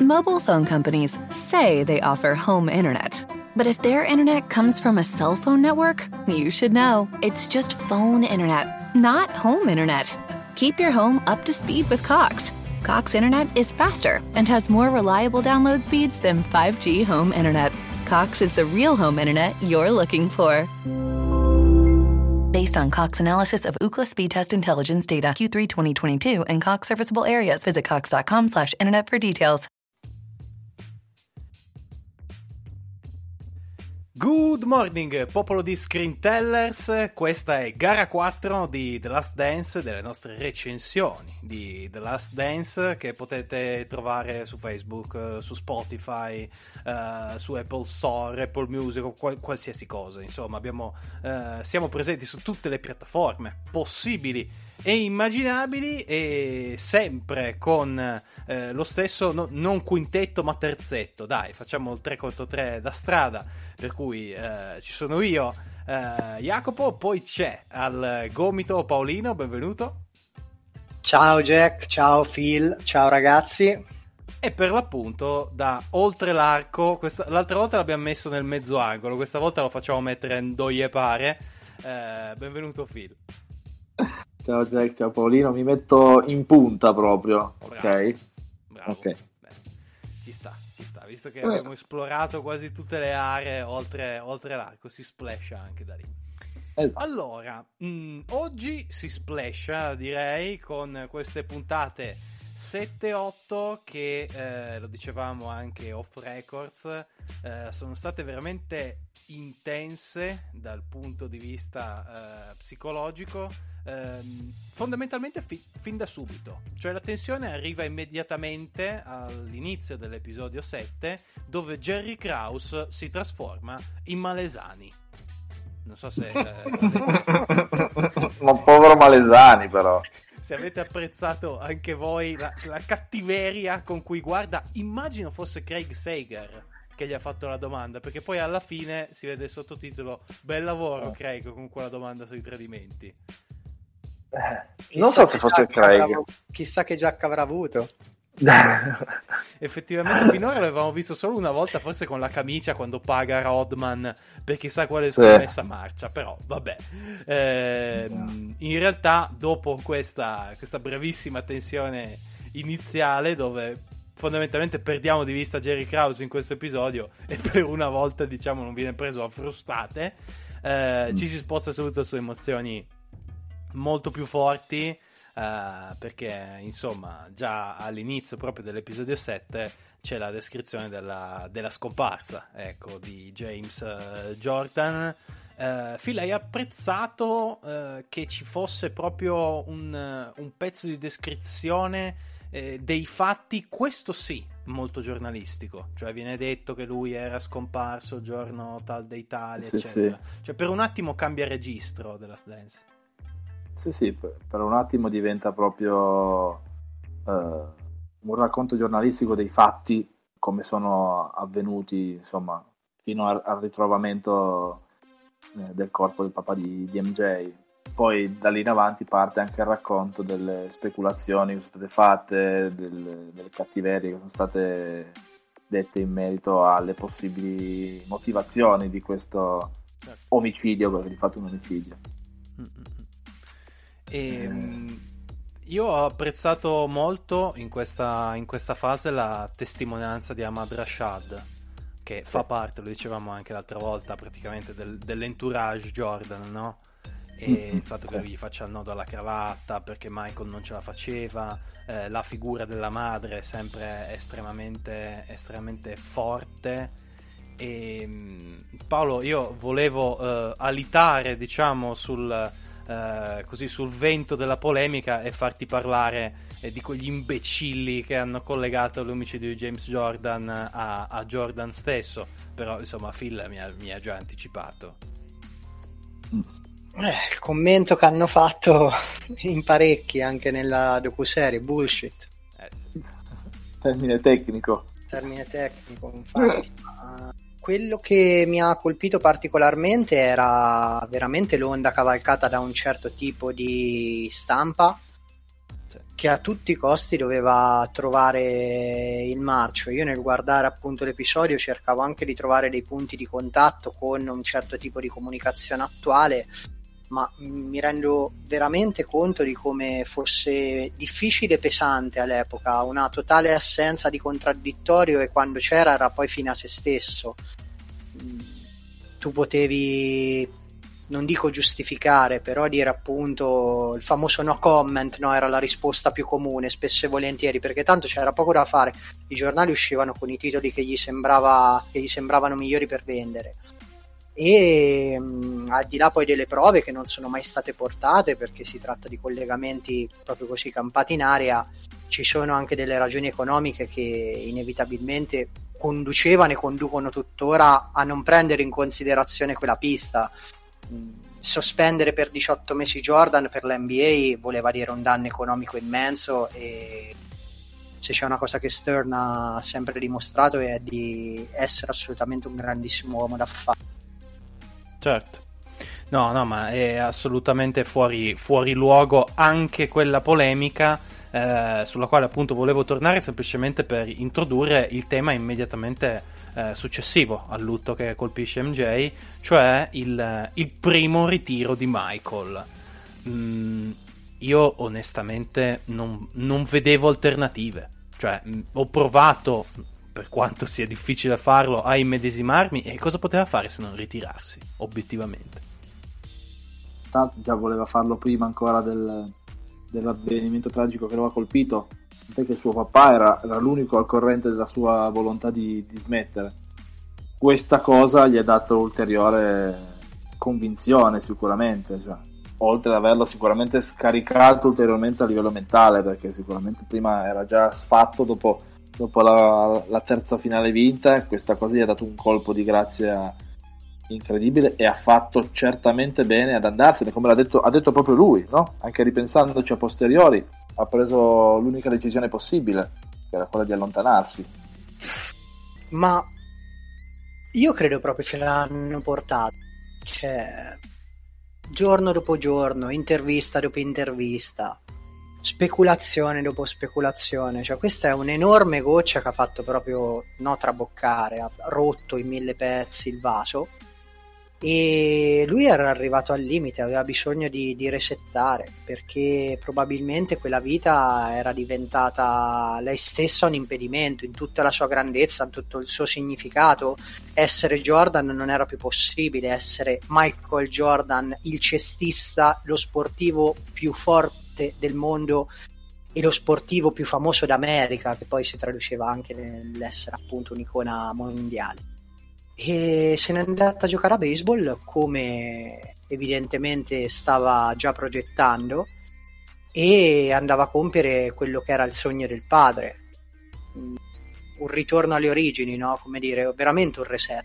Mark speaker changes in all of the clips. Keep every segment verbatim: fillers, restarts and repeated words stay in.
Speaker 1: Mobile phone companies say they offer home internet. But if their internet comes from a cell phone network, you should know. It's just phone internet, not home internet. Keep your home up to speed with Cox. Cox Internet is faster and has more reliable download speeds than five G home internet. Cox is the real home internet you're looking for. Based on Cox analysis of Ookla speed test intelligence data Q three twenty twenty-two and Cox serviceable areas, visit cox.com slash internet for details.
Speaker 2: Good morning, popolo di Screentellers. Questa è gara quattro di The Last Dance, delle nostre recensioni di The Last Dance, che potete trovare su Facebook, su Spotify, uh, su Apple Store, Apple Music o qual- qualsiasi cosa. Insomma, abbiamo, uh, siamo presenti su tutte le piattaforme possibili e immaginabili, e sempre con eh, lo stesso, no, non quintetto ma terzetto, dai, facciamo il tre contro tre da strada, per cui eh, ci sono io, eh, Jacopo, poi c'è al gomito Paolino, benvenuto.
Speaker 3: Ciao Jack, ciao Phil, ciao ragazzi.
Speaker 2: E per l'appunto da oltre l'arco, questa, l'altra volta l'abbiamo messo nel mezzo angolo, questa volta lo facciamo mettere in dove pare, eh, benvenuto Phil.
Speaker 4: Ciao Jack, ciao Paolino, mi metto in punta proprio,
Speaker 2: Bravo,
Speaker 4: ok?
Speaker 2: Bravo.
Speaker 4: Okay.
Speaker 2: Beh, ci sta, ci sta, visto che abbiamo esplorato quasi tutte le aree oltre, oltre l'arco, si splasha anche da lì.
Speaker 4: Esatto.
Speaker 2: Allora, mh, oggi si splasha, direi, con queste puntate sette otto che, eh, lo dicevamo anche off records, eh, sono state veramente intense dal punto di vista eh, psicologico, ehm, fondamentalmente fi- fin da subito, cioè la tensione arriva immediatamente all'inizio dell'episodio sette, dove Jerry Krause si trasforma in Malesani. Non so se
Speaker 4: Ma povero Malesani, però.
Speaker 2: se avete apprezzato anche voi la, la cattiveria con cui guarda. Immagino fosse Craig Sager che gli ha fatto la domanda, perché poi alla fine si vede il sottotitolo "Bel lavoro Craig con quella domanda sui tradimenti".
Speaker 4: Eh, non so se fosse Craig.
Speaker 3: Avrà, chissà che Jack avrà avuto.
Speaker 2: Effettivamente finora l'avevamo visto solo una volta, forse con la camicia, quando paga Rodman per chissà quale
Speaker 4: Sì.
Speaker 2: scommessa marcia, però vabbè. Eh, in realtà dopo questa, questa brevissima tensione iniziale, dove fondamentalmente perdiamo di vista Jerry Krause in questo episodio e per una volta, diciamo, non viene preso a frustate, eh, mm. ci si sposta subito su emozioni molto più forti. Uh, perché insomma già all'inizio proprio dell'episodio sette c'è la descrizione della, della scomparsa, ecco, di James uh, Jordan. uh, Phil, hai apprezzato uh, che ci fosse proprio un, uh, un pezzo di descrizione eh, dei fatti, questo sì, molto giornalistico, cioè viene detto che lui era scomparso il giorno tal dei tali,
Speaker 4: sì,
Speaker 2: eccetera,
Speaker 4: sì.
Speaker 2: Cioè per un attimo cambia registro della Dance.
Speaker 4: Sì, sì, per, per un attimo diventa proprio eh, un racconto giornalistico dei fatti come sono avvenuti, insomma, fino al, al ritrovamento eh, del corpo del papà di, di M J. Poi da lì in avanti parte anche il racconto delle speculazioni che sono state fatte, del, delle cattiverie che sono state dette in merito alle possibili motivazioni di questo omicidio, perché di fatto è un omicidio.
Speaker 2: Mm-mm. E, io ho apprezzato molto in questa, in questa fase la testimonianza di Ahmad Rashad, che fa parte, lo dicevamo anche l'altra volta, praticamente del, dell'entourage Jordan, no? E mm-hmm. il fatto che lui gli faccia il nodo alla cravatta perché Michael non ce la faceva, eh, la figura della madre è sempre estremamente, estremamente forte. E Paolo, io volevo eh, alitare, diciamo, sul Uh, così sul vento della polemica e farti parlare eh, di quegli imbecilli che hanno collegato l'omicidio di James Jordan a, a Jordan stesso, però insomma Phil mi ha, mi ha già anticipato.
Speaker 3: Eh, il commento che hanno fatto in parecchi anche nella docuserie, bullshit.
Speaker 2: Eh sì.
Speaker 4: Termine tecnico.
Speaker 3: Termine tecnico, infatti. uh, Quello che mi ha colpito particolarmente era veramente l'onda cavalcata da un certo tipo di stampa, che a tutti i costi doveva trovare il marcio. Io nel guardare appunto l'episodio cercavo anche di trovare dei punti di contatto con un certo tipo di comunicazione attuale, ma mi rendo veramente conto di come fosse difficile e pesante all'epoca, una totale assenza di contraddittorio, e quando c'era era poi fine a se stesso. Tu potevi, non dico giustificare, però dire appunto il famoso no comment, no? Era la risposta più comune spesso e volentieri, perché tanto c'era poco da fare, i giornali uscivano con i titoli che gli sembrava che gli sembravano migliori per vendere, e mh, al di là poi delle prove che non sono mai state portate, perché si tratta di collegamenti proprio così campati in aria, ci sono anche delle ragioni economiche che inevitabilmente conducevano e conducono tuttora a non prendere in considerazione quella pista. Sospendere per diciotto mesi Jordan per l'N B A voleva dire un danno economico immenso, e se c'è una cosa che Stern ha sempre dimostrato è di essere assolutamente un grandissimo uomo d'affari.
Speaker 2: Certo, no, no, ma è assolutamente fuori, fuori luogo anche quella polemica, eh, sulla quale appunto volevo tornare semplicemente per introdurre il tema immediatamente eh, successivo al lutto che colpisce M J, cioè il, il primo ritiro di Michael. Mm, io onestamente non, non vedevo alternative, cioè mh, ho provato, per quanto sia difficile farlo, a immedesimarmi, e cosa poteva fare se non ritirarsi, obiettivamente?
Speaker 4: Tanto già voleva farlo prima ancora del, dell'avvenimento tragico che lo ha colpito, perché suo papà era, era l'unico al corrente della sua volontà di, di smettere. Questa cosa gli ha dato ulteriore convinzione sicuramente, cioè, oltre ad averlo sicuramente scaricato ulteriormente a livello mentale, perché sicuramente prima era già sfatto dopo dopo la, la terza finale vinta. Questa cosa gli ha dato un colpo di grazia incredibile, e ha fatto certamente bene ad andarsene, come l'ha detto, ha detto proprio lui, no? Anche ripensandoci a posteriori, ha preso l'unica decisione possibile, che era quella di allontanarsi.
Speaker 3: Ma io credo proprio ce l'hanno portato, cioè giorno dopo giorno, intervista dopo intervista, speculazione dopo speculazione, cioè questa è un'enorme goccia che ha fatto proprio no traboccare, ha rotto in mille pezzi il vaso, e lui era arrivato al limite, aveva bisogno di, di resettare, perché probabilmente quella vita era diventata lei stessa un impedimento in tutta la sua grandezza, in tutto il suo significato. Essere Jordan non era più possibile, essere Michael Jordan, il cestista, lo sportivo più forte del mondo e lo sportivo più famoso d'America, che poi si traduceva anche nell'essere appunto un'icona mondiale. E se n'è andata a giocare a baseball, come evidentemente stava già progettando, e andava a compiere quello che era il sogno del padre, un ritorno alle origini, no? Come dire, veramente un reset.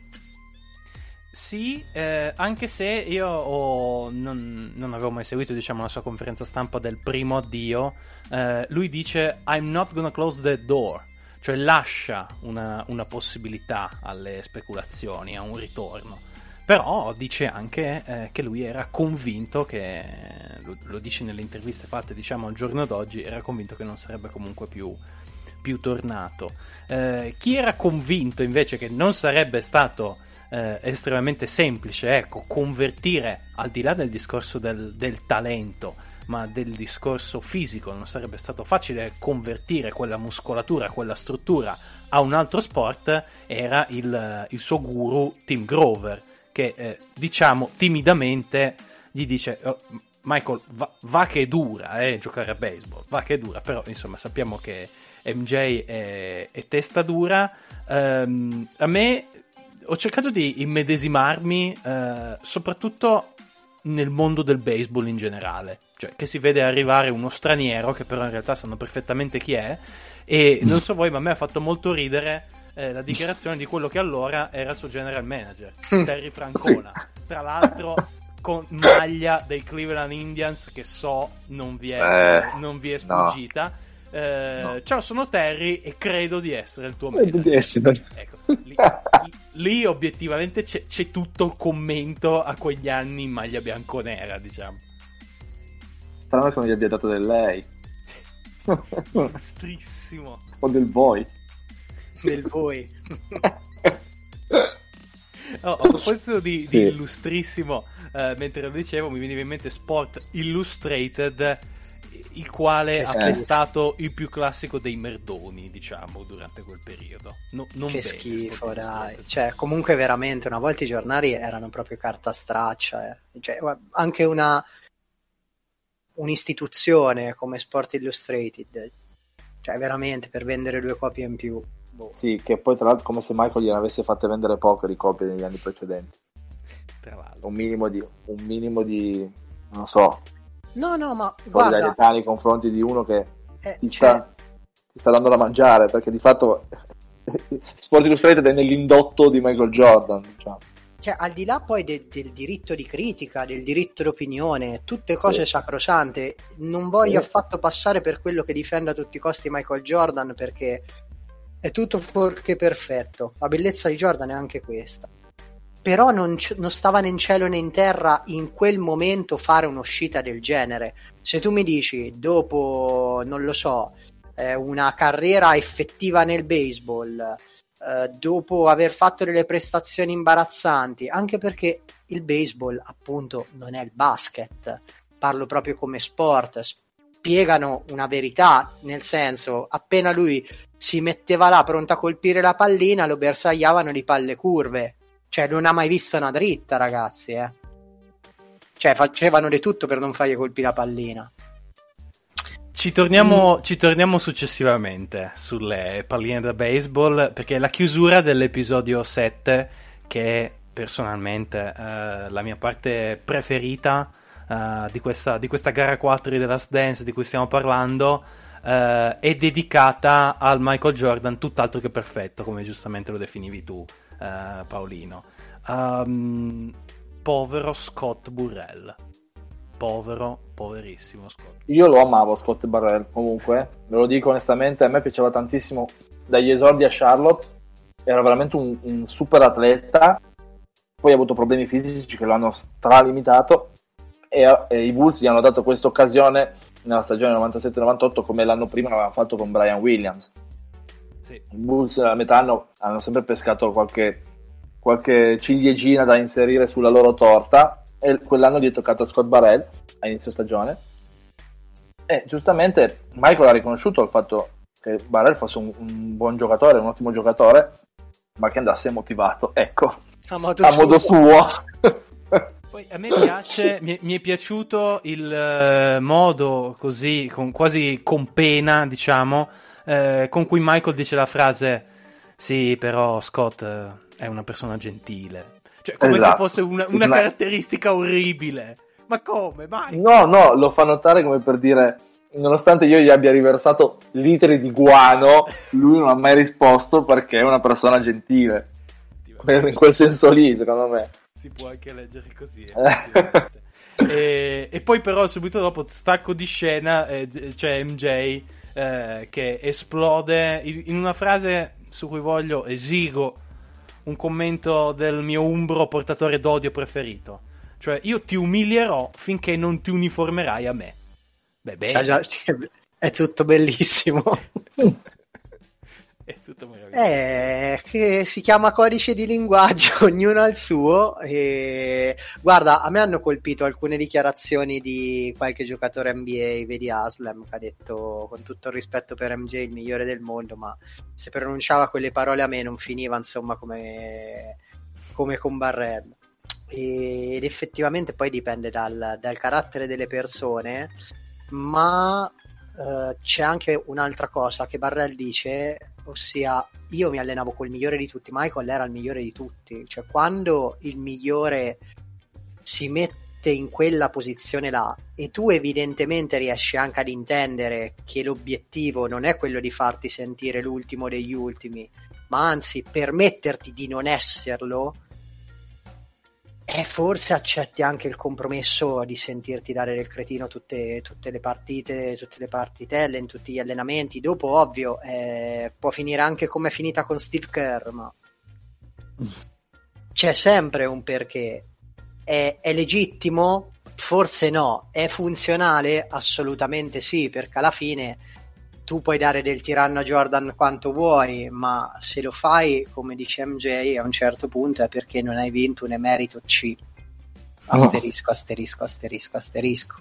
Speaker 2: Sì, eh, anche se io ho, non, non avevo mai seguito, diciamo, la sua conferenza stampa del primo addio. Eh, lui dice I'm not gonna close the door, cioè lascia una, una possibilità alle speculazioni, a un ritorno, però dice anche eh, che lui era convinto che, lo, lo dice nelle interviste fatte diciamo al giorno d'oggi, era convinto che non sarebbe comunque più, più tornato. Eh, chi era convinto invece che non sarebbe stato eh, estremamente semplice, ecco, convertire, al di là del discorso del, del talento, ma del discorso fisico, non sarebbe stato facile convertire quella muscolatura, quella struttura a un altro sport, era il, il suo guru Tim Grover, che eh, diciamo timidamente gli dice oh, Michael, va, va che è dura eh, giocare a baseball, va che è dura, però insomma sappiamo che M J è, è testa dura. Um, a me ho cercato di immedesimarmi uh, soprattutto nel mondo del baseball in generale, cioè che si vede arrivare uno straniero che però in realtà sanno perfettamente chi è, e non so voi ma a me ha fatto molto ridere eh, la dichiarazione di quello che allora era il suo general manager, Terry Francona, sì. Tra l'altro con maglia dei Cleveland Indians, che so non vi è, eh, non vi è sfuggita. No. Eh, no. Ciao, sono Terry e credo di essere il tuo manager. Di essere. Ecco, lì, lì obiettivamente c'è, c'è tutto il commento a quegli anni in maglia bianconera, diciamo.
Speaker 4: Strano che non gli abbia dato del lei.
Speaker 2: Illustrissimo.
Speaker 4: O del voi.
Speaker 3: Del voi.
Speaker 2: Oh, a proposito di,
Speaker 4: Sì.
Speaker 2: di illustrissimo, eh, mentre lo dicevo mi veniva in mente Sport Illustrated, il quale
Speaker 3: Che
Speaker 2: ha
Speaker 3: schifo.
Speaker 2: pestato il più classico dei merdoni, diciamo, durante quel periodo. No, non
Speaker 3: Che
Speaker 2: bene,
Speaker 3: schifo,
Speaker 2: Sport
Speaker 3: dai.
Speaker 2: Illustrated.
Speaker 3: Cioè, comunque veramente una volta i giornali erano proprio carta straccia. Eh. Cioè, anche una un'istituzione come Sport Illustrated, cioè veramente per vendere due copie in più. Boh.
Speaker 4: Sì, che poi tra l'altro come se Michael gliene avesse fatte vendere poche di copie negli anni precedenti.
Speaker 2: Tra l'altro.
Speaker 4: Un minimo di, un minimo di non so,
Speaker 3: No, no, ma guarda,
Speaker 4: solidarietà nei confronti di uno che
Speaker 3: eh,
Speaker 4: ti
Speaker 3: cioè,
Speaker 4: sta, ti sta dando da mangiare, perché di fatto Sport Illustrated è nell'indotto di Michael Jordan, diciamo.
Speaker 3: cioè, al di là poi de- del diritto di critica, del diritto d'opinione, tutte cose
Speaker 4: Sì.
Speaker 3: sacrosante, non voglio
Speaker 4: Sì.
Speaker 3: affatto passare per quello che difende a tutti i costi Michael Jordan, perché è tutto fuorché perfetto. La bellezza di Jordan è anche questa. Però non, c- non stava né in cielo né in terra in quel momento fare un'uscita del genere. Se tu mi dici dopo, non lo so, eh, una carriera effettiva nel baseball, eh, dopo aver fatto delle prestazioni imbarazzanti, anche perché il baseball appunto non è il basket, parlo proprio come sport, spiegano una verità, nel senso, appena lui si metteva là pronto a colpire la pallina lo bersagliavano di palle curve, cioè non ha mai visto una dritta, ragazzi, eh. Cioè facevano di tutto per non fargli colpire la pallina.
Speaker 2: Ci torniamo, mm. ci torniamo successivamente sulle palline da baseball, perché è la chiusura dell'episodio sette, che è personalmente eh, la mia parte preferita eh, di, questa, di questa gara quattro di The Last Dance di cui stiamo parlando, eh, è dedicata al Michael Jordan tutt'altro che perfetto, come giustamente lo definivi tu, eh, Paolino. Um, povero Scott Burrell. Povero, poverissimo Scott.
Speaker 4: Io lo amavo Scott Burrell, comunque, ve lo dico onestamente, a me piaceva tantissimo dagli esordi a Charlotte, era veramente un, un super atleta, poi ha avuto problemi fisici che lo hanno stralimitato e, e i Bulls gli hanno dato questa occasione nella stagione novantasette novantotto come l'anno prima aveva fatto con Brian Williams.
Speaker 2: Sì.
Speaker 4: I Bulls a metà anno hanno sempre pescato qualche, qualche ciliegina da inserire sulla loro torta, e quell'anno gli è toccato a Scott Burrell a inizio stagione e giustamente Michael ha riconosciuto il fatto che Burrell fosse un, un buon giocatore, un ottimo giocatore, ma che andasse motivato, ecco,
Speaker 3: A modo
Speaker 4: a
Speaker 3: suo.
Speaker 4: modo suo.
Speaker 2: Poi a me piace, mi, mi è piaciuto il eh, modo così, con, quasi con pena, diciamo, eh, con cui Michael dice la frase: sì, però Scott eh, è una persona gentile. Cioè, come
Speaker 4: Esatto.
Speaker 2: se fosse una, una
Speaker 4: Ma-
Speaker 2: caratteristica orribile. Ma come? Mai?
Speaker 4: No, no, lo fa notare come per dire, nonostante io gli abbia riversato litri di guano, lui non ha mai risposto perché è una persona gentile. In quel senso lì, secondo me.
Speaker 2: Si può anche leggere così, effettivamente. e, e poi però subito dopo stacco di scena eh, c'è M J eh, che esplode in una frase su cui voglio esigo un commento del mio umbro portatore d'odio preferito, cioè io ti umilierò finché non ti uniformerai a me. Beh, bene.
Speaker 3: Cioè, già- è tutto bellissimo.
Speaker 2: È tutto meraviglioso.
Speaker 3: Eh, che si chiama codice di linguaggio, ognuno ha il suo. E guarda, a me hanno colpito alcune dichiarazioni di qualche giocatore N B A, vedi Aslam, che ha detto, con tutto il rispetto per M J, il migliore del mondo, ma se pronunciava quelle parole a me non finiva, insomma, come, come con Barrel. Ed effettivamente poi dipende dal, dal carattere delle persone, ma Uh, c'è anche un'altra cosa che Barrel dice, ossia io mi allenavo col migliore di tutti, Michael era il migliore di tutti, cioè quando il migliore si mette in quella posizione là e tu evidentemente riesci anche ad intendere che l'obiettivo non è quello di farti sentire l'ultimo degli ultimi, ma anzi permetterti di non esserlo, e forse accetti anche il compromesso di sentirti dare del cretino tutte, tutte le partite, tutte le partitelle, in tutti gli allenamenti. Dopo, ovvio, eh, può finire anche come è finita con Steve Kerr, ma c'è sempre un perché. È, è legittimo? Forse no. È funzionale? Assolutamente sì, perché alla fine tu puoi dare del tiranno a Jordan quanto vuoi, ma se lo fai, come dice M J, a un certo punto è perché non hai vinto un emerito C. Asterisco, asterisco, asterisco, asterisco.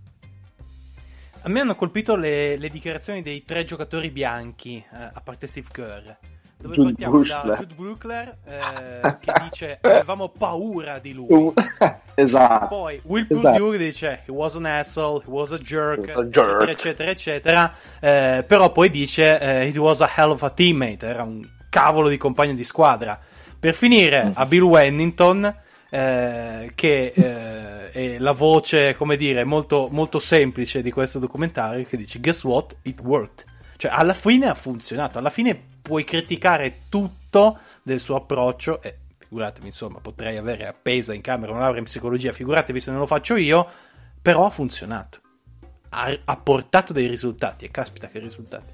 Speaker 2: A me hanno colpito le, le dichiarazioni dei tre giocatori bianchi, eh, a parte Steve Kerr, dove
Speaker 4: Jude
Speaker 2: partiamo
Speaker 4: Bushler.
Speaker 2: da Jude Buchler, eh, che dice avevamo paura di lui.
Speaker 4: Esatto.
Speaker 2: Poi Will
Speaker 4: Esatto.
Speaker 2: Purdue dice he was an asshole, he was a jerk,
Speaker 4: A jerk.
Speaker 2: eccetera, eccetera, eccetera. Eh, però poi dice eh, he was a hell of a teammate, era un cavolo di compagno di squadra. Per finire,
Speaker 4: Mm.
Speaker 2: a Bill Wennington, eh, che eh, è la voce, come dire, molto, molto semplice di questo documentario, che dice guess what? It worked. Cioè, alla fine ha funzionato, alla fine puoi criticare tutto del suo approccio, e figuratevi, insomma, potrei avere appesa in camera una laurea in psicologia, figuratevi se non lo faccio io, però ha funzionato, ha, ha portato dei risultati, e caspita che risultati.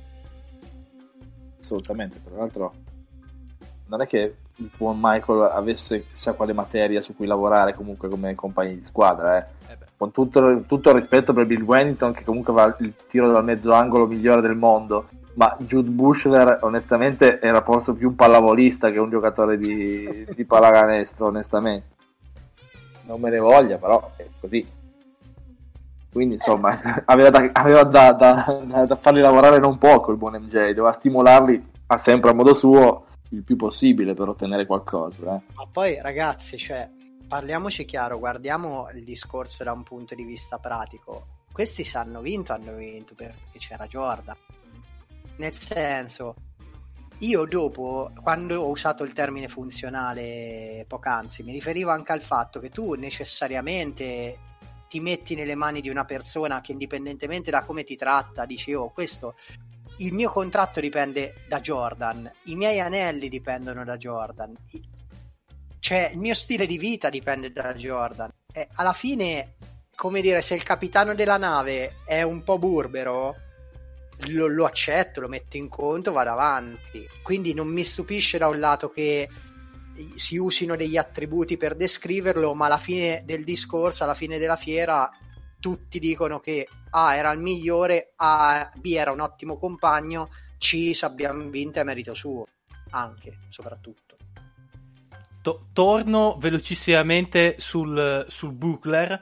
Speaker 4: Assolutamente, tra l'altro non è che il buon Michael avesse chissà quale materia su cui lavorare comunque come compagni di squadra, eh.
Speaker 2: Eh beh.
Speaker 4: Con tutto, tutto il rispetto per Bill Wennington, che comunque aveva il tiro dal mezzo angolo migliore del mondo, ma Jude Bushler onestamente era forse più un pallavolista che un giocatore di, di pallacanestro, onestamente. Non me ne voglia, però è così. Quindi insomma aveva, da, aveva da, da, da, da farli lavorare non poco il buon M J, doveva stimolarli a sempre a modo suo il più possibile per ottenere qualcosa, eh.
Speaker 3: Ma poi ragazzi, cioè, parliamoci chiaro, guardiamo il discorso da un punto di vista pratico. Questi se hanno vinto, hanno vinto perché c'era Jordan. Nel senso, io dopo, quando ho usato il termine funzionale poc'anzi, mi riferivo anche al fatto che tu necessariamente ti metti nelle mani di una persona che, indipendentemente da come ti tratta, dici oh, questo, il mio contratto dipende da Jordan, i miei anelli dipendono da Jordan, cioè il mio stile di vita dipende da Jordan, e alla fine, come dire, se il capitano della nave è un po' burbero, lo, lo accetto, lo metto in conto, vado avanti. Quindi non mi stupisce da un lato che si usino degli attributi per descriverlo, ma alla fine del discorso, alla fine della fiera, tutti dicono che A era il migliore, A, B era un ottimo compagno, C se abbiamo vinto è merito suo, anche, soprattutto.
Speaker 2: To- torno velocissimamente sul, sul Buchler.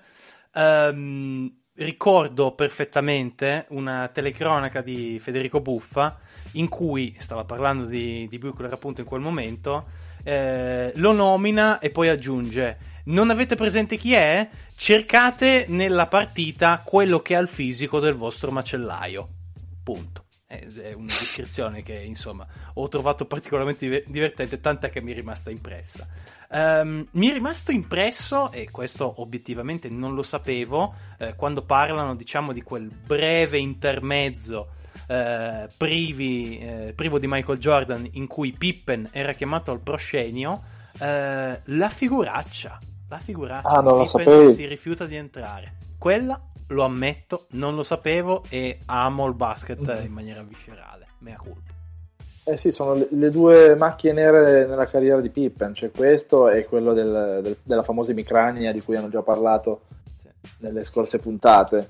Speaker 2: Um, ricordo perfettamente una telecronaca di Federico Buffa in cui stava parlando di, di Buchler appunto in quel momento, eh, lo nomina e poi aggiunge: non avete presente chi è? Cercate nella partita quello che ha il fisico del vostro macellaio, punto. È una descrizione che insomma ho trovato particolarmente divertente, tant'è che mi è rimasta impressa. Um, mi è rimasto impresso, e questo obiettivamente non lo sapevo, eh, quando parlano, diciamo, di quel breve intermezzo eh, privi, eh, privo di Michael Jordan, in cui Pippen era chiamato al proscenio, eh, la figuraccia la figuraccia
Speaker 4: ah, non
Speaker 2: di
Speaker 4: lo
Speaker 2: Pippen
Speaker 4: sapevi.
Speaker 2: si rifiuta di entrare. Quella, lo ammetto, non lo sapevo, e amo il basket mm. in maniera viscerale, mea culpa.
Speaker 4: Eh sì, sono le, le due macchie nere nella carriera di Pippen, cioè questo e quello del, del, della famosa emicrania di cui hanno già parlato sì. nelle scorse puntate.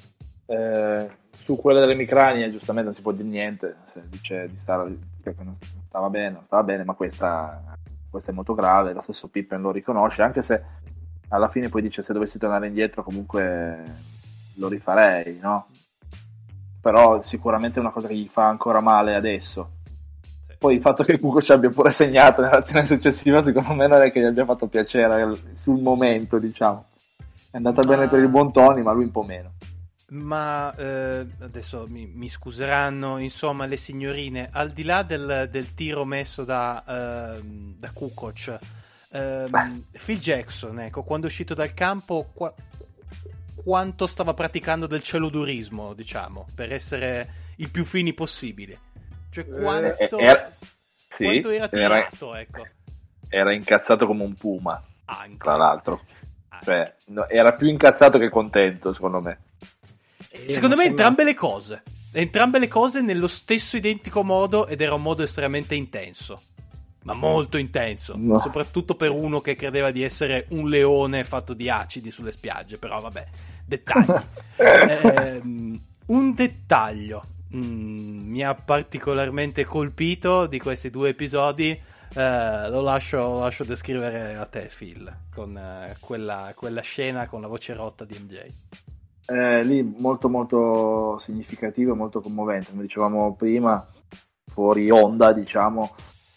Speaker 4: Eh, su quella dell'emicrania giustamente non si può dire niente, se dice di stare, che non stava bene, non stava bene, ma questa, questa è molto grave, lo stesso Pippen lo riconosce, anche se alla fine poi dice se dovessi tornare indietro comunque lo rifarei, no? Però sicuramente è una cosa che gli fa ancora male adesso. Sì. Poi il fatto che Kukoc ci abbia pure segnato nell'azione successiva secondo me non è che gli abbia fatto piacere sul momento, diciamo. È andata ma... bene per il buon Tony, ma lui un po' meno.
Speaker 2: Ma eh, adesso mi, mi scuseranno insomma le signorine, al di là del, del tiro messo da, eh, da Kukoc, eh, Phil Jackson, ecco, quando è uscito dal campo, qua, quanto stava praticando del celodurismo, diciamo, per essere il più fini possibile, cioè quanto
Speaker 4: eh, era, sì,
Speaker 2: quanto era tirato, era, ecco.
Speaker 4: Era incazzato come un puma,
Speaker 2: anche,
Speaker 4: tra l'altro, anche. Cioè, no, era più incazzato che contento, secondo me.
Speaker 2: Secondo me entrambe le cose entrambe le cose nello stesso identico modo, ed era un modo estremamente intenso, ma molto intenso, no. Soprattutto per uno che credeva di essere un leone fatto di acidi sulle spiagge. Però vabbè, dettagli. eh, un dettaglio mm, mi ha particolarmente colpito di questi due episodi, eh, lo, lascio, lo lascio descrivere a te, Phil, con eh, quella, quella scena con la voce rotta di M J.
Speaker 4: Eh, lì molto molto significativo e molto commovente, come dicevamo prima, fuori onda, diciamo.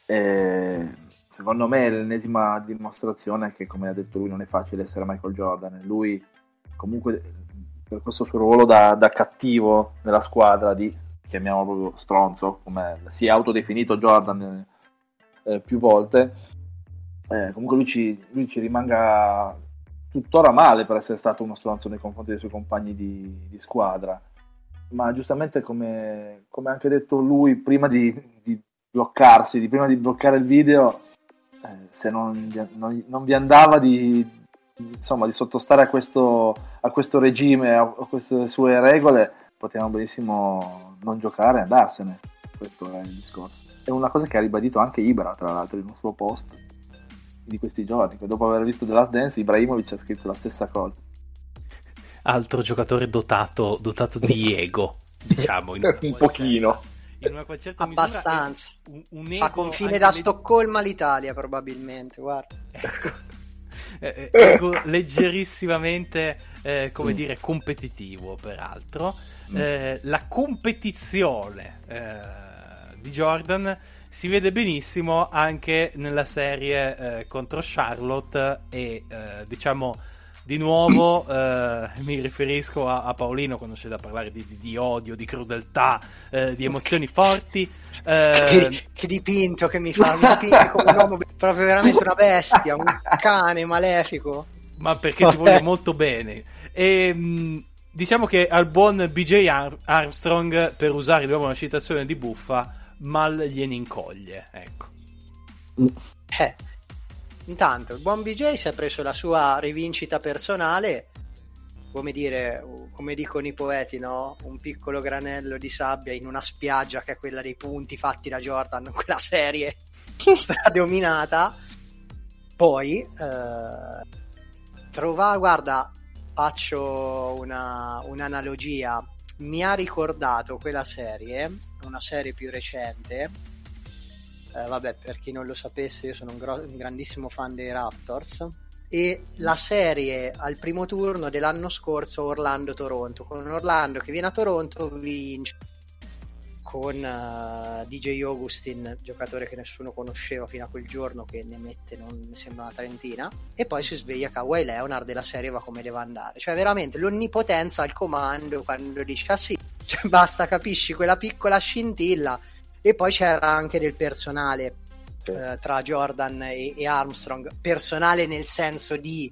Speaker 4: Eh, secondo me è l'ennesima dimostrazione che, come ha detto lui, non è facile essere Michael Jordan. Lui comunque, per questo suo ruolo da, da cattivo nella squadra, di, chiamiamolo proprio stronzo, come si è autodefinito Jordan eh, più volte, eh, comunque lui ci, lui ci rimanga tuttora male per essere stato uno stronzo nei confronti dei suoi compagni di, di squadra. Ma giustamente, come, come ha anche detto lui prima di, di bloccarsi, di prima di bloccare il video, eh, se non, non, non vi andava di, insomma, di sottostare a questo, a questo regime, a, a queste sue regole, potevamo benissimo non giocare e andarsene. Questo è il discorso. È una cosa che ha ribadito anche Ibra, tra l'altro, in un suo post di questi giorni, che dopo aver visto The Last Dance, Ibrahimovic ha scritto la stessa cosa.
Speaker 2: Altro giocatore dotato, dotato di ego, diciamo, in
Speaker 4: un pochino,
Speaker 2: in una certa
Speaker 3: abbastanza
Speaker 2: misura, un, un
Speaker 3: fa confine da
Speaker 2: le...
Speaker 3: Stoccolma all'Italia, probabilmente, guarda.
Speaker 2: Ecco. eh, ego leggerissimamente eh, come dire competitivo, peraltro. Eh, la competizione eh, di Jordan si vede benissimo anche nella serie eh, contro Charlotte e eh, diciamo di nuovo eh, mi riferisco a, a Paolino quando c'è da parlare di, di, di odio, di crudeltà, eh, di emozioni forti. Eh...
Speaker 3: Che, che dipinto che mi fa, mi dipinge come un uomo, proprio veramente una bestia, un cane malefico.
Speaker 2: Ma perché ti voglio molto bene. E mh, diciamo che al buon B J Ar- Armstrong, per usare di nuovo una citazione di Buffa, mal gliene incoglie, ecco.
Speaker 3: Eh, intanto il buon B J si è preso la sua rivincita personale, come dire, come dicono i poeti, no? Un piccolo granello di sabbia in una spiaggia che è quella dei punti fatti da Jordan, quella serie stradominata. Poi eh, trova, guarda, faccio una, un'analogia, mi ha ricordato quella serie, una serie più recente, eh, vabbè, per chi non lo sapesse, io sono un, gro- un grandissimo fan dei Raptors, e la serie al primo turno dell'anno scorso Orlando-Toronto, con Orlando che viene a Toronto vince con uh, D J Augustin, giocatore che nessuno conosceva fino a quel giorno, che ne mette, non mi sembra una trentina, e poi si sveglia Kawhi Leonard e la serie va come deve andare. Cioè veramente l'onnipotenza al comando, quando dici ah sì, cioè, basta, capisci quella piccola scintilla. E poi c'era anche del personale eh, tra Jordan e, e Armstrong, personale nel senso di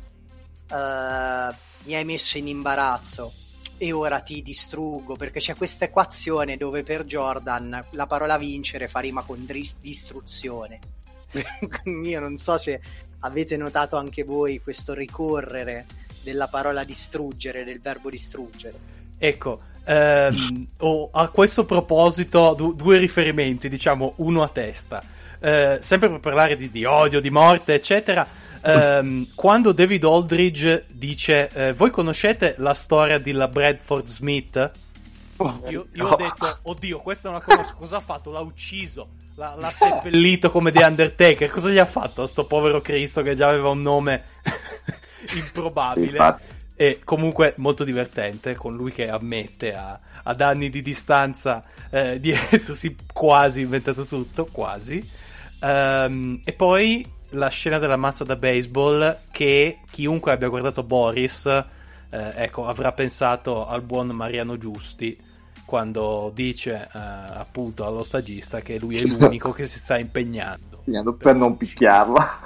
Speaker 3: uh, mi hai messo in imbarazzo e ora ti distruggo, perché c'è questa equazione dove per Jordan la parola vincere fa rima con dris- distruzione. Io non so se avete notato anche voi questo ricorrere della parola distruggere, del verbo distruggere.
Speaker 2: Ecco, ehm, oh, a questo proposito du- due riferimenti, diciamo uno a testa, eh, sempre per parlare di, di odio, di morte, eccetera. Um, quando David Aldridge dice eh, voi conoscete la storia di la Bradford Smith? Io, io ho detto oddio, questa non la conosco, cosa ha fatto? L'ha ucciso, l'ha, l'ha seppellito come The Undertaker, cosa gli ha fatto a sto povero Cristo che già aveva un nome improbabile? E comunque molto divertente, con lui che ammette a, ad anni di distanza eh, di essersi quasi inventato tutto, quasi. Um, e poi la scena della mazza da baseball, che chiunque abbia guardato Boris eh, ecco, avrà pensato al buon Mariano Giusti quando dice eh, appunto allo stagista che lui è l'unico che si sta impegnando
Speaker 4: per, per non picchiarla.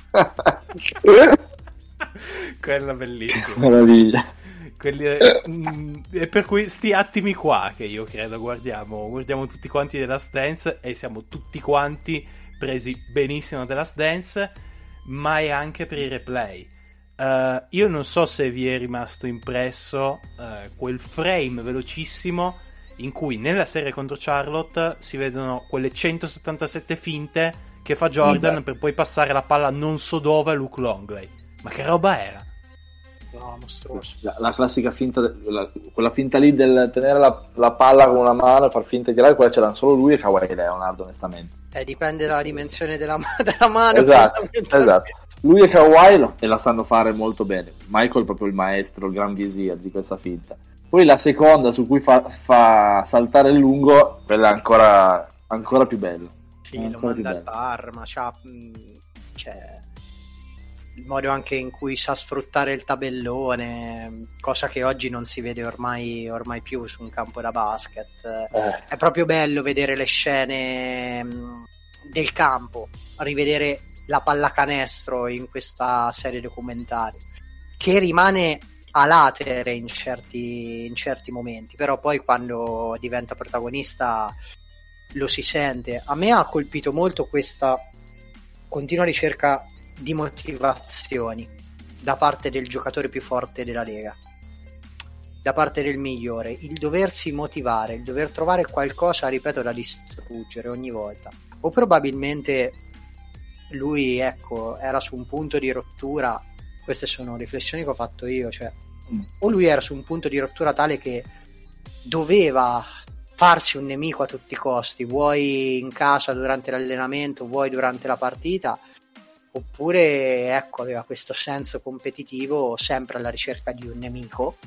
Speaker 2: Quella bellissima,
Speaker 4: meraviglia.
Speaker 2: Quelli, eh, mh, e per cui sti attimi qua che io credo guardiamo guardiamo tutti quanti The Last Dance e siamo tutti quanti presi benissimo The Last Dance, ma è anche per i replay. Uh, io non so se vi è rimasto impresso uh, quel frame velocissimo in cui nella serie contro Charlotte si vedono quelle centosettantasette finte che fa Jordan mm-hmm. per poi passare la palla non so dove a Luke Longley. Ma che roba era?
Speaker 3: No, mostruoso.
Speaker 4: La, la classica finta, la, quella finta lì del tenere la, la palla con una mano e far finta di tirare, quella c'erano solo lui e Kawhi Leonard, onestamente.
Speaker 3: Eh, dipende dalla dimensione della, della mano.
Speaker 4: Esatto, esatto. Lui e Kawhi lo, e la sanno fare molto bene. Michael è proprio il maestro, il gran visir di questa finta. Poi la seconda su cui fa, fa saltare il lungo, quella è ancora, ancora più bella.
Speaker 3: Sì, lo manda al bar, ma c'ha, cioè, il modo anche in cui sa sfruttare il tabellone, cosa che oggi non si vede ormai, ormai più su un campo da basket. Eh. È proprio bello vedere le scene del campo, rivedere la pallacanestro in questa serie documentaria, che rimane a latere in certi, in certi momenti, però poi quando diventa protagonista lo si sente. A me ha colpito molto questa continua ricerca di motivazioni da parte del giocatore più forte della Lega, da parte del migliore, il doversi motivare, il dover trovare qualcosa, ripeto, da distruggere ogni volta. O probabilmente lui, ecco, era su un punto di rottura. Queste sono riflessioni che ho fatto io, cioè mm. o lui era su un punto di rottura tale che doveva farsi un nemico a tutti i costi, vuoi in casa durante l'allenamento, vuoi durante la partita, oppure ecco, aveva questo senso competitivo sempre alla ricerca di un nemico,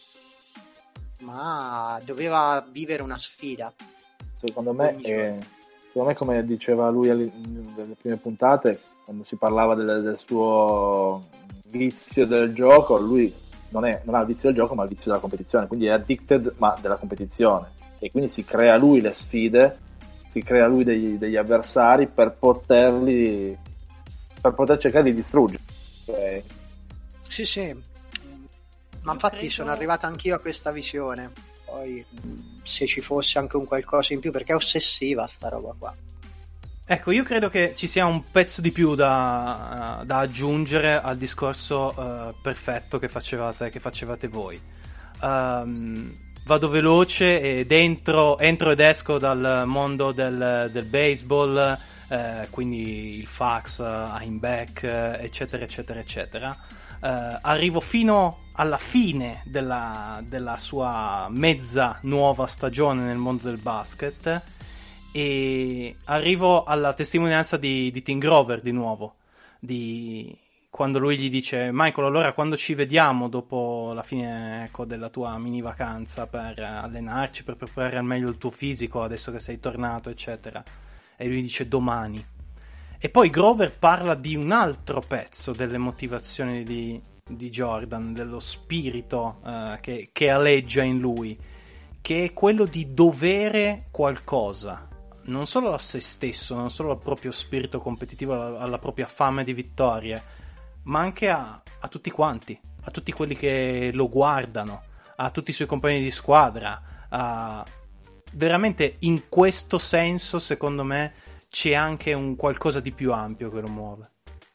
Speaker 3: ma doveva vivere una sfida.
Speaker 4: Secondo me, eh, secondo me, come diceva lui nelle prime puntate, quando si parlava del, del suo vizio del gioco, lui non, è, non ha il vizio del gioco ma il vizio della competizione, quindi è addicted ma della competizione, e quindi si crea lui le sfide, si crea lui degli, degli avversari per poterli per poter cercare di distruggere. Okay.
Speaker 3: Sì, sì, ma infatti credo... sono arrivata anch'io a questa visione. Poi se ci fosse anche un qualcosa in più, perché è ossessiva sta roba qua.
Speaker 2: Ecco, io credo che ci sia un pezzo di più da, da aggiungere al discorso uh, perfetto che facevate, che facevate voi. Um, vado veloce e dentro, entro ed esco dal mondo del, del baseball, eh, quindi il fax, I'm back, eccetera, eccetera, eccetera. Uh, arrivo fino alla fine della, della sua mezza nuova stagione nel mondo del basket e arrivo alla testimonianza di, di Tim Grover di nuovo, di quando lui gli dice: Michael, allora quando ci vediamo dopo la fine, ecco, della tua mini vacanza per allenarci, per preparare al meglio il tuo fisico adesso che sei tornato, eccetera, e lui dice domani. E poi Grover parla di un altro pezzo delle motivazioni di, di Jordan, dello spirito uh, che, che aleggia in lui, che è quello di dovere qualcosa, non solo a se stesso, non solo al proprio spirito competitivo, alla, alla propria fame di vittorie, ma anche a, a tutti quanti, a tutti quelli che lo guardano, a tutti i suoi compagni di squadra. A... Veramente in questo senso, secondo me, c'è anche un qualcosa di più ampio che lo muove.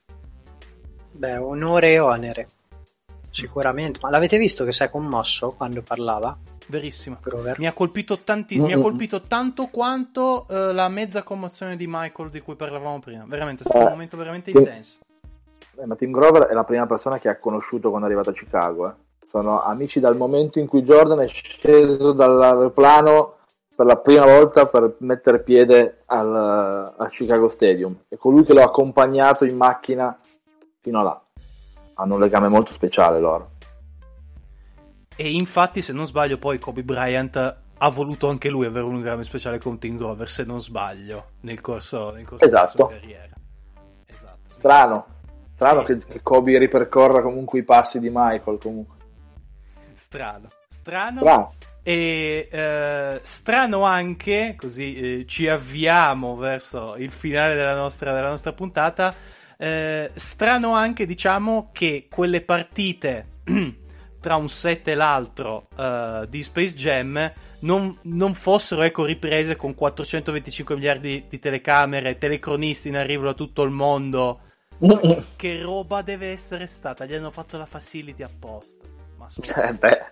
Speaker 3: Beh, onore e onere, sicuramente. Ma l'avete visto che si è commosso quando parlava?
Speaker 2: Verissimo.
Speaker 3: Grover.
Speaker 2: Mi ha colpito tanti, mm-hmm. mi ha colpito tanto quanto uh, la mezza commozione di Michael di cui parlavamo prima. Veramente è stato eh, un momento veramente sì. intenso.
Speaker 4: Eh, ma Tim Grover è la prima persona che ha conosciuto quando è arrivato a Chicago. Eh. Sono amici dal momento in cui Jordan è sceso dall'aeroplano per la prima volta per mettere piede al, al Chicago Stadium. È colui che l'ha accompagnato in macchina fino a là. Hanno un legame molto speciale loro.
Speaker 2: E infatti, se non sbaglio, poi Kobe Bryant ha voluto anche lui avere un legame speciale con Tim Grover, se non sbaglio, nel corso, nel corso
Speaker 4: esatto.
Speaker 2: della sua carriera. Esatto.
Speaker 4: Strano. Strano
Speaker 2: sì.
Speaker 4: che, che Kobe ripercorra comunque i passi di Michael. Comunque.
Speaker 2: Strano. Strano.
Speaker 4: Strano.
Speaker 2: E eh, strano anche, così eh, ci avviamo verso il finale della nostra, della nostra puntata, eh, strano anche, diciamo, che quelle partite tra un set e l'altro uh, di Space Jam non, non fossero, ecco, riprese con quattrocentoventicinque miliardi di telecamere, telecronisti in arrivo da tutto il mondo. Che, che roba deve essere stata? Gli hanno fatto la facility apposta. Ma sono...
Speaker 4: eh, beh.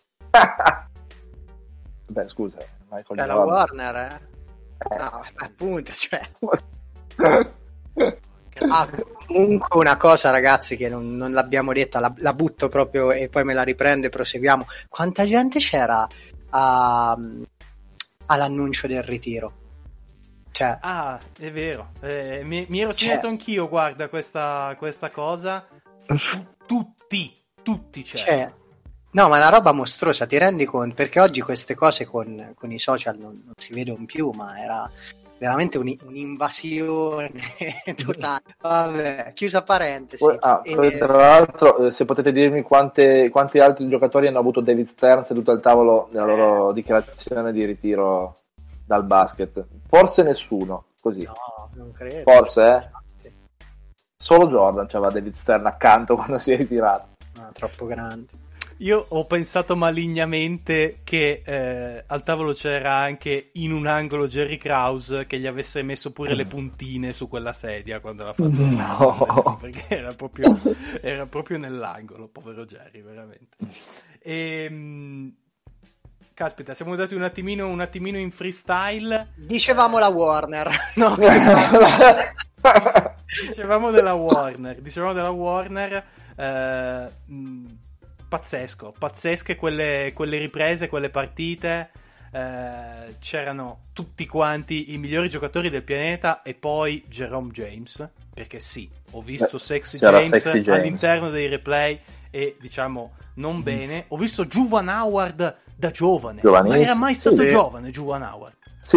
Speaker 4: Beh, scusa, Michael
Speaker 3: è la Warner, eh? No, appunto, cioè. Ah, Comunque una cosa, ragazzi, che non, non l'abbiamo detta, la, la butto proprio e poi me la riprendo e proseguiamo. Quanta gente c'era a, all'annuncio del ritiro? Cioè,
Speaker 2: ah, è vero, eh, mi, mi ero segnato
Speaker 3: cioè,
Speaker 2: anch'io, guarda, questa, questa cosa. Tutti, tutti c'erano.
Speaker 3: cioè, no, ma è una roba mostruosa, ti rendi conto? Perché oggi queste cose con, con i social non, non si vedono più, ma era veramente un, un'invasione totale. Vabbè, chiusa parentesi.
Speaker 4: Ah,
Speaker 3: e...
Speaker 4: tra l'altro, se potete dirmi quante, quanti altri giocatori hanno avuto David Stern seduto al tavolo nella loro dichiarazione di ritiro dal basket? Forse nessuno, così.
Speaker 3: No, non credo.
Speaker 4: Forse, eh? Solo Jordan c'aveva David Stern accanto quando si è ritirato.
Speaker 3: No, troppo grande.
Speaker 2: Io ho pensato malignamente che eh, al tavolo c'era anche in un angolo Jerry Krause che gli avesse messo pure le puntine su quella sedia quando l'ha fatto.
Speaker 4: No.
Speaker 2: Perché era proprio, era proprio nell'angolo, povero Jerry, veramente. E, caspita, siamo andati un attimino, un attimino in freestyle.
Speaker 3: Dicevamo la Warner, no?
Speaker 2: Dicevamo della Warner, dicevamo della Warner. Eh, mh, pazzesco, pazzesche quelle, quelle riprese, quelle partite. Eh, c'erano tutti quanti i migliori giocatori del pianeta e poi Jerome James, perché sì, ho visto
Speaker 4: Beh,
Speaker 2: Sexy
Speaker 4: c'era
Speaker 2: James,
Speaker 4: Sexy James
Speaker 2: all'interno dei replay e diciamo non mm. bene. Ho visto Juwan Howard da giovane, ma era mai stato
Speaker 4: sì.
Speaker 2: giovane Juwan Howard?
Speaker 4: Sì.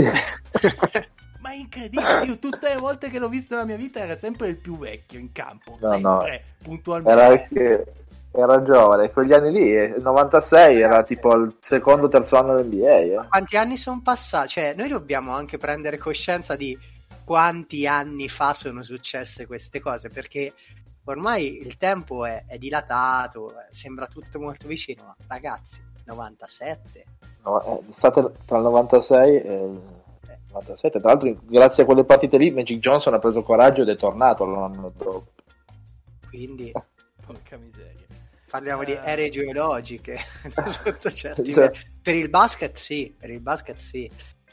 Speaker 2: Ma è incredibile, io tutte le volte che l'ho visto nella mia vita era sempre il più vecchio in campo, no, sempre, no. puntualmente.
Speaker 4: Era che... Era giovane, quegli anni lì, il novantasei era tipo il secondo, terzo anno dell'N B A. Eh.
Speaker 3: Quanti anni sono passati? Cioè, noi dobbiamo anche prendere coscienza di quanti anni fa sono successe queste cose, perché ormai il tempo è, è dilatato, sembra tutto molto vicino, ma ragazzi, novantasette?
Speaker 4: No, è stato tra il novantasei e il novantasette, tra l'altro grazie a quelle partite lì Magic Johnson ha preso coraggio ed è tornato l'anno dopo.
Speaker 3: Quindi...
Speaker 2: Porca miseria.
Speaker 3: Parliamo uh... di ere geologiche sotto certi per il basket sì, per il basket sì.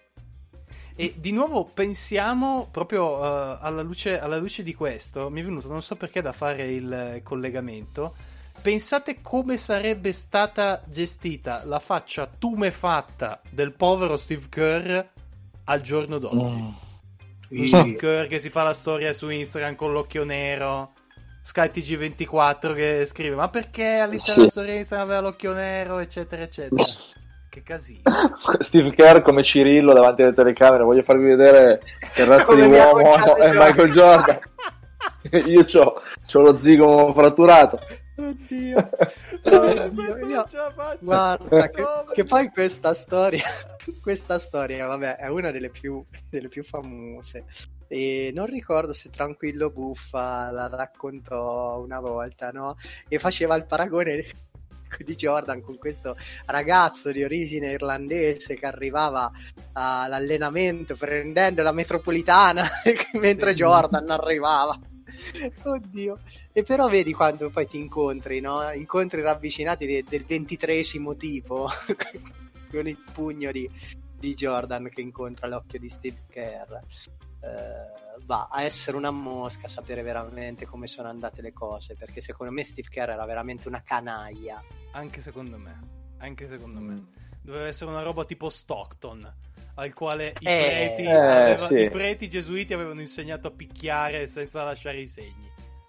Speaker 2: E di nuovo pensiamo proprio uh, alla luce alla luce di questo, mi è venuto non so perché da fare il collegamento. Pensate come sarebbe stata gestita la faccia tumefatta del povero Steve Kerr al giorno d'oggi. Mm. Steve Kerr che si fa la storia su Instagram con l'occhio nero, Sky T G ventiquattro che scrive ma perché all'interno sì. della storia aveva l'occhio nero eccetera eccetera. Che casino.
Speaker 4: Steve Kerr come Cirillo davanti alle telecamere, voglio farvi vedere che il razzo di uomo è Michael Jordan. Io c'ho, c'ho lo zigomo fratturato.
Speaker 3: Oddio, Oddio. Io... guarda che, che poi questa storia questa storia vabbè è una delle più delle più famose e non ricordo se Tranquillo Buffa la raccontò una volta, no? E faceva il paragone di Jordan con questo ragazzo di origine irlandese che arrivava all'allenamento prendendo la metropolitana mentre sì. Jordan arrivava. Oddio. E però vedi quando poi ti incontri, no? Incontri ravvicinati de- del ventitreesimo tipo con il pugno di, di Jordan che incontra l'occhio di Steve Kerr. Uh, va a essere una mosca sapere veramente come sono andate le cose, perché secondo me Steve Kerr era veramente una canaglia.
Speaker 2: Anche secondo me, anche secondo mm. me doveva essere una roba tipo Stockton, al quale i,
Speaker 3: eh,
Speaker 2: preti,
Speaker 4: eh,
Speaker 2: aveva,
Speaker 4: sì.
Speaker 2: i preti gesuiti avevano insegnato a picchiare senza lasciare i segni.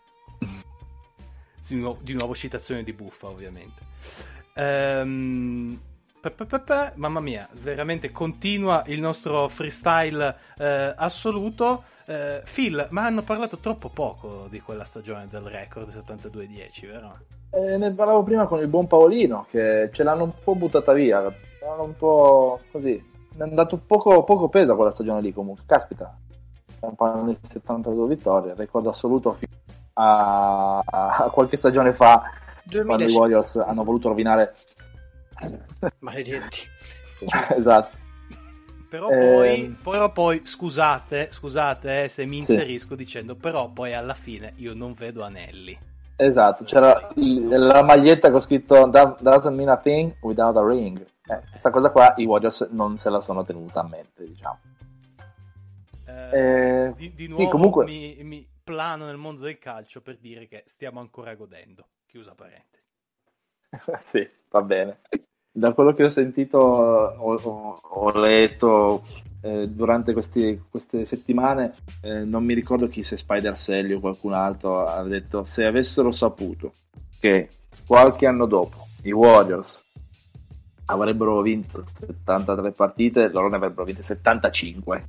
Speaker 2: Di nuovo, di nuovo citazione di Buffa ovviamente. Ehm Mamma mia, veramente continua il nostro freestyle eh, assoluto. Eh, Phil, ma hanno parlato troppo poco di quella stagione del record settantadue dieci, vero?
Speaker 4: Eh, ne parlavo prima con il buon Paolino, che ce l'hanno un po' buttata via, l'hanno un po' così. Ne hanno dato poco, poco peso a quella stagione lì comunque. Caspita, stiamo parlando di settantadue vittorie, record assoluto fino a, a qualche stagione fa, duemila quando i Warriors hanno voluto rovinare.
Speaker 3: Maledetti.
Speaker 4: Esatto.
Speaker 2: Però poi, eh... però poi scusate, scusate eh, se mi inserisco sì. dicendo però poi alla fine io non vedo anelli.
Speaker 4: Esatto, c'era il, la maglietta con scritto doesn't mean a thing without a ring. Eh, questa cosa qua i Warriors non se la sono tenuta a mente, diciamo.
Speaker 2: Eh, eh, di, di nuovo
Speaker 4: sì, comunque...
Speaker 2: mi, mi plano nel mondo del calcio per dire che stiamo ancora godendo. Chiusa parentesi.
Speaker 4: Sì, va bene. Da quello che ho sentito, ho, ho, ho letto eh, durante questi, queste settimane, eh, non mi ricordo chi, se Spider Sally o qualcun altro ha detto: se avessero saputo che qualche anno dopo i Warriors avrebbero vinto settantatré partite, loro ne avrebbero vinte settantacinque.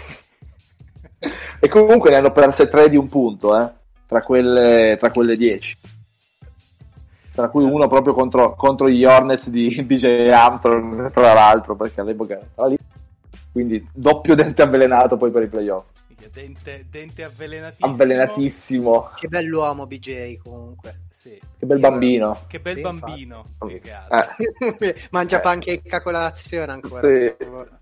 Speaker 4: E comunque ne hanno perse tre di un punto, eh, tra quelle tra quelle dieci, tra cui uno proprio contro, contro gli Hornets di B J Armstrong, tra l'altro, perché all'epoca stava lì, quindi doppio dente avvelenato poi per i playoff.
Speaker 2: Dente, dente avvelenatissimo.
Speaker 4: Avvelenatissimo.
Speaker 3: Che bell'uomo B J comunque.
Speaker 2: Sì.
Speaker 4: Che bel bambino.
Speaker 2: Che bel
Speaker 3: Sì,
Speaker 2: bambino.
Speaker 4: infatti.
Speaker 2: Che altro.
Speaker 3: Eh. Mangia
Speaker 4: Eh.
Speaker 3: pancake a colazione ancora.
Speaker 4: Sì.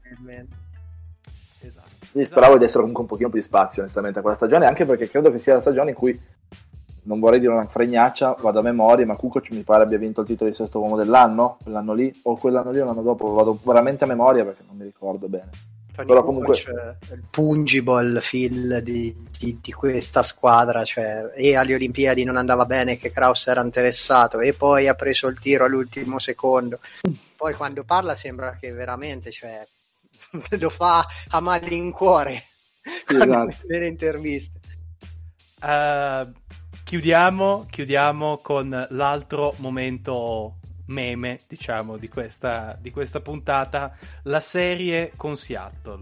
Speaker 2: Esatto.
Speaker 4: Io speravo di essere comunque un pochino più di spazio, onestamente, a quella stagione, anche perché credo che sia la stagione in cui, non vorrei dire una fregnaccia, vado a memoria, ma Kukoc mi pare abbia vinto il titolo di sesto uomo dell'anno, quell'anno lì, o quell'anno lì o l'anno dopo, vado veramente a memoria perché non mi ricordo bene.
Speaker 3: Tony
Speaker 4: Però
Speaker 3: Kukoc,
Speaker 4: comunque
Speaker 3: il pungible feel di, di, di questa squadra, cioè, e alle Olimpiadi non andava bene, che Kraus era interessato e poi ha preso il tiro all'ultimo secondo, poi quando parla sembra che veramente, cioè, lo fa a malincuore.
Speaker 4: Sì,
Speaker 3: quando
Speaker 4: esatto.
Speaker 3: nelle interviste.
Speaker 2: Uh, chiudiamo, chiudiamo con l'altro momento meme, diciamo, di questa, di questa puntata, la serie con Seattle.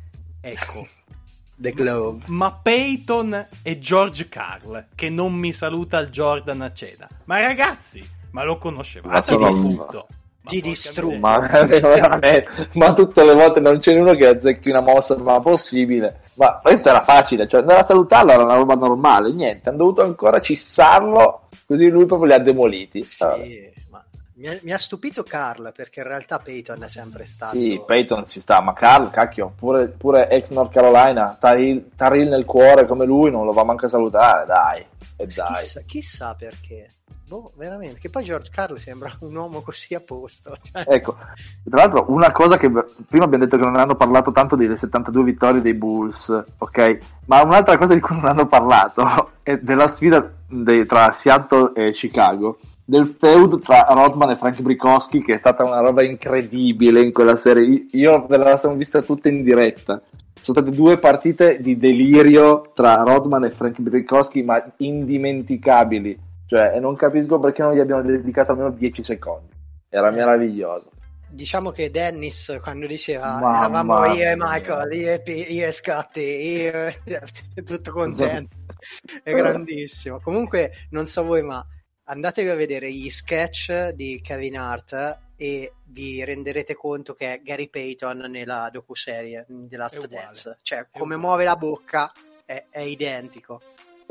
Speaker 2: Ecco.
Speaker 3: The Globe.
Speaker 2: Ma Peyton e George Karl, che non mi saluta il Jordan a cena. Ma ragazzi, ma lo conoscevate?
Speaker 4: Ma sono-
Speaker 2: Tutto? Ma
Speaker 3: Ti
Speaker 2: porca
Speaker 3: distruggo.
Speaker 2: miseria.
Speaker 4: Ma, veramente, ma tutte le volte non c'è uno che azzecchi una mossa ma possibile. Ma questo era facile, cioè andare a salutarlo era una roba normale, niente, hanno dovuto ancora cissarlo, così lui proprio li ha demoliti.
Speaker 3: Sì, ma mi ha, mi ha stupito Carl, perché in realtà Peyton è sempre stato...
Speaker 4: Sì, Peyton ci sta, ma Carl, cacchio, pure, pure ex North Carolina, Taril, Taril nel cuore come lui, non lo va manco a salutare, dai, e dai.
Speaker 3: Chissà, chissà perché. Boh, veramente. Che poi George Karl sembra un uomo così a posto. Cioè...
Speaker 4: Ecco, tra l'altro una cosa che prima abbiamo detto che non hanno parlato tanto delle settantadue vittorie dei Bulls, ok? Ma un'altra cosa di cui non hanno parlato è della sfida dei, tra Seattle e Chicago, del feud tra Rodman e Frank Brickowski, che è stata una roba incredibile in quella serie. Io ve la sono vista tutta in diretta. Sono state due partite di delirio tra Rodman e Frank Brickowski, ma indimenticabili. Cioè, e non capisco perché non gli abbiamo dedicato almeno dieci secondi. Era meraviglioso.
Speaker 3: Diciamo che Dennis, quando diceva
Speaker 4: Mamma
Speaker 3: eravamo io e
Speaker 4: mia.
Speaker 3: Michael, io e, P- io e Scotty, io tutto contento, è grandissimo. Comunque, non so voi, ma andatevi a vedere gli sketch di Kevin Hart e vi renderete conto che è Gary Payton nella docuserie The Last
Speaker 2: È uguale.
Speaker 3: Dance. Cioè,
Speaker 2: È
Speaker 3: come
Speaker 2: uguale.
Speaker 3: muove la bocca è, è identico.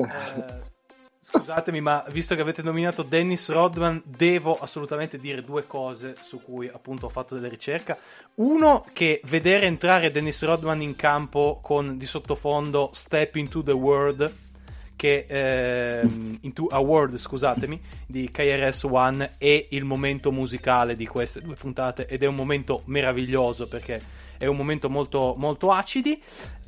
Speaker 2: Eh, scusatemi, ma visto che avete nominato Dennis Rodman, devo assolutamente dire due cose su cui appunto ho fatto delle ricerche. Uno, che vedere entrare Dennis Rodman in campo con di sottofondo Step into the World, che ehm, into a World, scusatemi, di K R S One, è il momento musicale di queste due puntate, ed è un momento meraviglioso perché è un momento molto, molto acidi.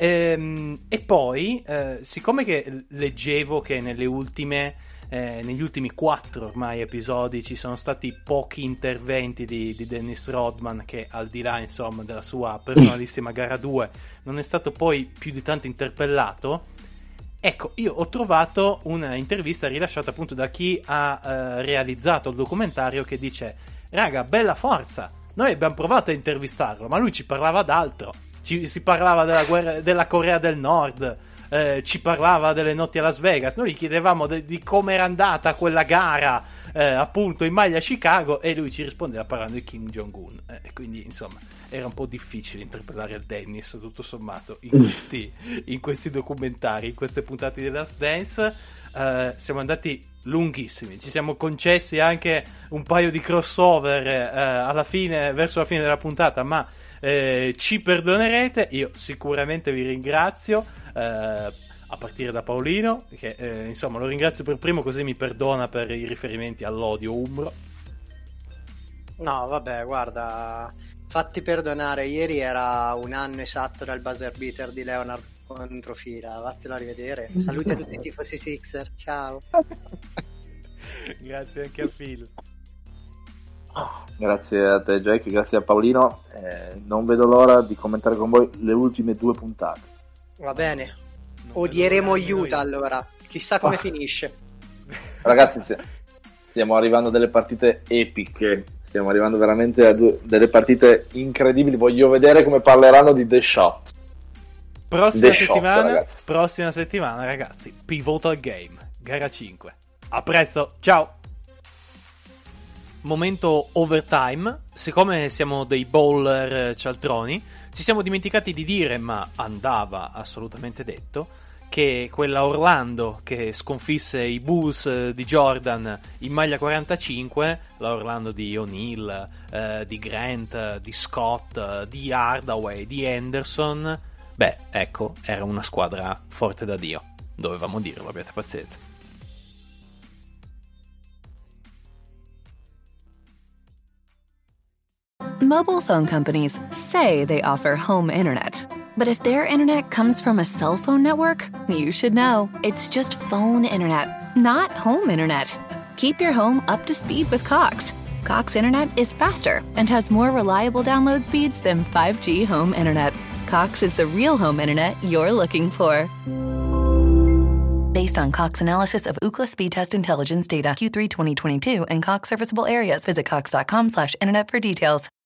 Speaker 2: Ehm, e poi eh, siccome che leggevo che nelle ultime eh, negli ultimi quattro ormai episodi ci sono stati pochi interventi di, di Dennis Rodman, che al di là insomma della sua personalissima gara due non è stato poi più di tanto interpellato, ecco, io ho trovato una intervista rilasciata appunto da chi ha eh, realizzato il documentario, che dice: raga, bella forza, noi abbiamo provato a intervistarlo, ma lui ci parlava d'altro. Ci, si parlava della, guerra, della Corea del Nord, eh, ci parlava delle notti a Las Vegas. Noi gli chiedevamo de, di come era andata quella gara, eh, appunto in maglia Chicago, e lui ci rispondeva parlando di Kim Jong-un. Eh, quindi, insomma, era un po' difficile interpellare il Dennis, tutto sommato, in questi, in questi documentari, in queste puntate di Last Dance. Eh, siamo andati lunghissimi, ci siamo concessi anche un paio di crossover eh, alla fine, verso la fine della puntata, ma eh, ci perdonerete. Io sicuramente vi ringrazio, eh, a partire da Paolino, che eh, insomma lo ringrazio per primo, così mi perdona per i riferimenti all'odio umbro.
Speaker 3: No, vabbè, guarda, fatti perdonare, ieri era un anno esatto dal buzzer beater di Leonard controfila, vattelo a rivedere. Saluti a tutti i tifosi Sixer, ciao.
Speaker 2: Grazie anche a Phil.
Speaker 4: Grazie a te Jack, grazie a Paolino, eh, non vedo l'ora di commentare con voi le ultime due puntate.
Speaker 3: Va bene, non odieremo Utah allora, chissà come oh. finisce.
Speaker 4: Ragazzi, stiamo arrivando a delle partite epiche, stiamo arrivando veramente a due, delle partite incredibili, voglio vedere come parleranno di The Shot.
Speaker 2: Prossima The settimana, shot, prossima settimana ragazzi, Pivotal Game, gara cinque. A presto, ciao! Momento overtime. Siccome siamo dei bowler cialtroni, ci siamo dimenticati di dire, ma andava assolutamente detto, che quella Orlando che sconfisse i Bulls di Jordan in maglia quarantacinque, la Orlando di O'Neal, eh, di Grant, di Scott, di Hardaway, di Henderson, beh, ecco, era una squadra forte da Dio. Dovevamo dirlo, abbiate pazienza.
Speaker 1: Mobile phone companies say they offer home internet. But if their internet comes from a cell phone network, you should know. It's just phone internet, not home internet. Keep your home up to speed with Cox. Cox Internet is faster and has more reliable download speeds than five G home internet. Cox is the real home internet you're looking for. Based on Cox analysis of Ookla speed test intelligence data Q three twenty twenty-two and Cox serviceable areas, visit cox dot com slash internet for details.